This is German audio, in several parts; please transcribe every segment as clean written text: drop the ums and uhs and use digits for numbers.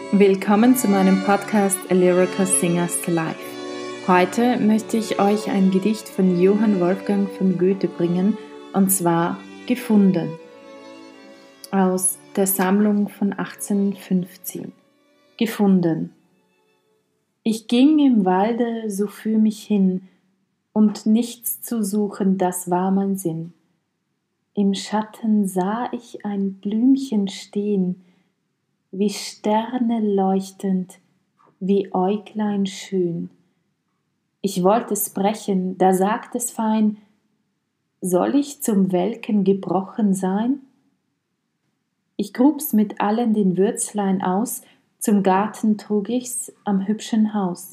Willkommen zu meinem Podcast A Lyrical Singers to Life. Heute möchte ich euch ein Gedicht von Johann Wolfgang von Goethe bringen, und zwar Gefunden, aus der Sammlung von 1815. Gefunden. Ich ging im Walde so für mich hin, und nichts zu suchen, das war mein Sinn. Im Schatten sah ich ein Blümchen stehen, wie Sterne leuchtend, wie Äuglein schön. Ich wollte es brechen, da sagt es fein: Soll ich zum Welken gebrochen sein? Ich grub's mit allen den Würzlein aus, zum Garten trug ich's am hübschen Haus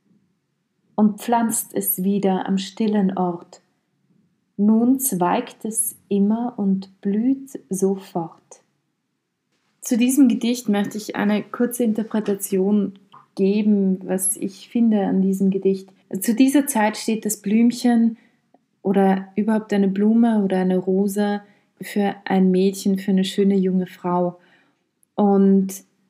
und pflanzt es wieder am stillen Ort. Nun zweigt es immer und blüht sofort. Zu diesem Gedicht möchte ich eine kurze Interpretation geben, was ich finde an diesem Gedicht. Zu dieser Zeit steht das Blümchen oder überhaupt eine Blume oder eine Rose für ein Mädchen, für eine schöne junge Frau. Und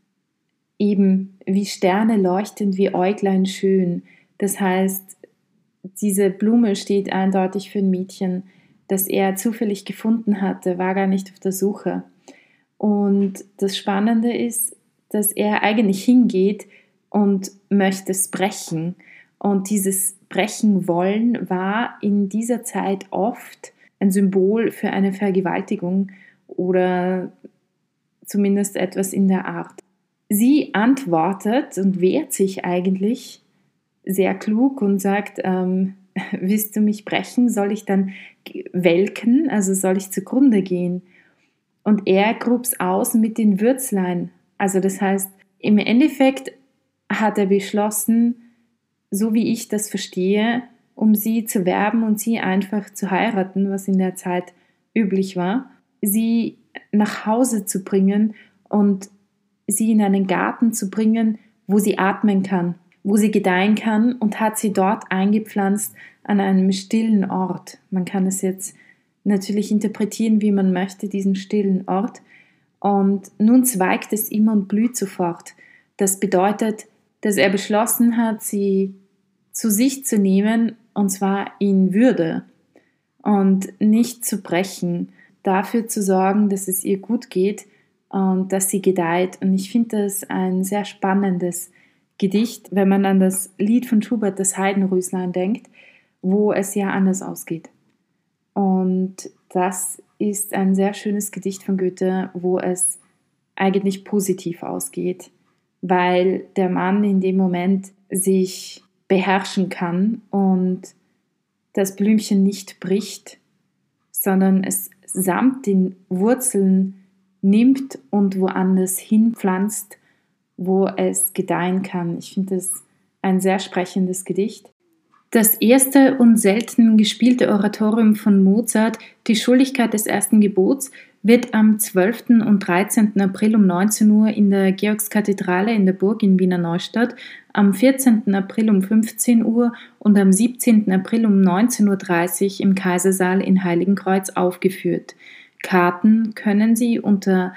eben wie Sterne leuchtend, wie Äuglein schön. Das heißt, diese Blume steht eindeutig für ein Mädchen, das er zufällig gefunden hatte, war gar nicht auf der Suche. Und das Spannende ist, dass er eigentlich hingeht und möchte es brechen. Und dieses Brechen wollen war in dieser Zeit oft ein Symbol für eine Vergewaltigung oder zumindest etwas in der Art. Sie antwortet und wehrt sich eigentlich sehr klug und sagt, willst du mich brechen? Soll ich dann welken? Also soll ich zugrunde gehen? Und er grub's aus mit den Würzlein. Also das heißt, im Endeffekt hat er beschlossen, so wie ich das verstehe, um sie zu werben und sie einfach zu heiraten, was in der Zeit üblich war, sie nach Hause zu bringen und sie in einen Garten zu bringen, wo sie atmen kann, wo sie gedeihen kann, und hat sie dort eingepflanzt an einem stillen Ort. Man kann es jetzt natürlich interpretieren, wie man möchte, diesen stillen Ort. Und nun zweigt es immer und blüht sofort. Das bedeutet, dass er beschlossen hat, sie zu sich zu nehmen, und zwar in Würde und nicht zu brechen, dafür zu sorgen, dass es ihr gut geht und dass sie gedeiht. Und ich finde das ein sehr spannendes Gedicht, wenn man an das Lied von Schubert, das Heidenröslein, denkt, wo es ja anders ausgeht. Und das ist ein sehr schönes Gedicht von Goethe, wo es eigentlich positiv ausgeht, weil der Mann in dem Moment sich beherrschen kann und das Blümchen nicht bricht, sondern es samt den Wurzeln nimmt und woanders hinpflanzt, wo es gedeihen kann. Ich finde das ein sehr sprechendes Gedicht. Das erste und selten gespielte Oratorium von Mozart, Die Schuldigkeit des ersten Gebots, wird am 12. und 13. April um 19 Uhr in der Georgskathedrale in der Burg in Wiener Neustadt, am 14. April um 15 Uhr und am 17. April um 19.30 Uhr im Kaisersaal in Heiligenkreuz aufgeführt. Karten können Sie unter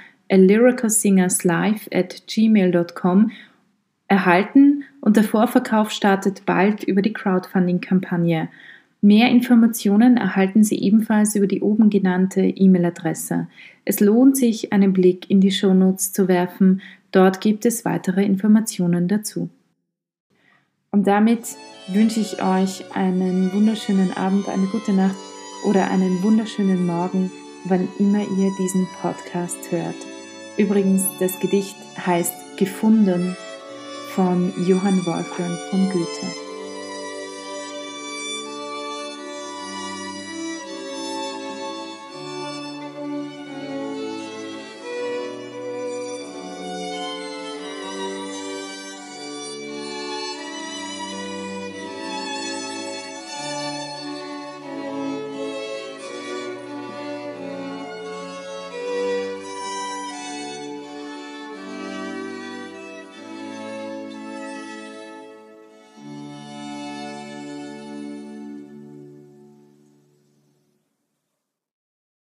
alyricalsingerslive@gmail.com erhalten, und der Vorverkauf startet bald über die Crowdfunding-Kampagne. Mehr Informationen erhalten Sie ebenfalls über die oben genannte E-Mail-Adresse. Es lohnt sich, einen Blick in die Shownotes zu werfen. Dort gibt es weitere Informationen dazu. Und damit wünsche ich euch einen wunderschönen Abend, eine gute Nacht oder einen wunderschönen Morgen, wann immer ihr diesen Podcast hört. Übrigens, das Gedicht heißt Gefunden von Johann Wolfgang von Goethe.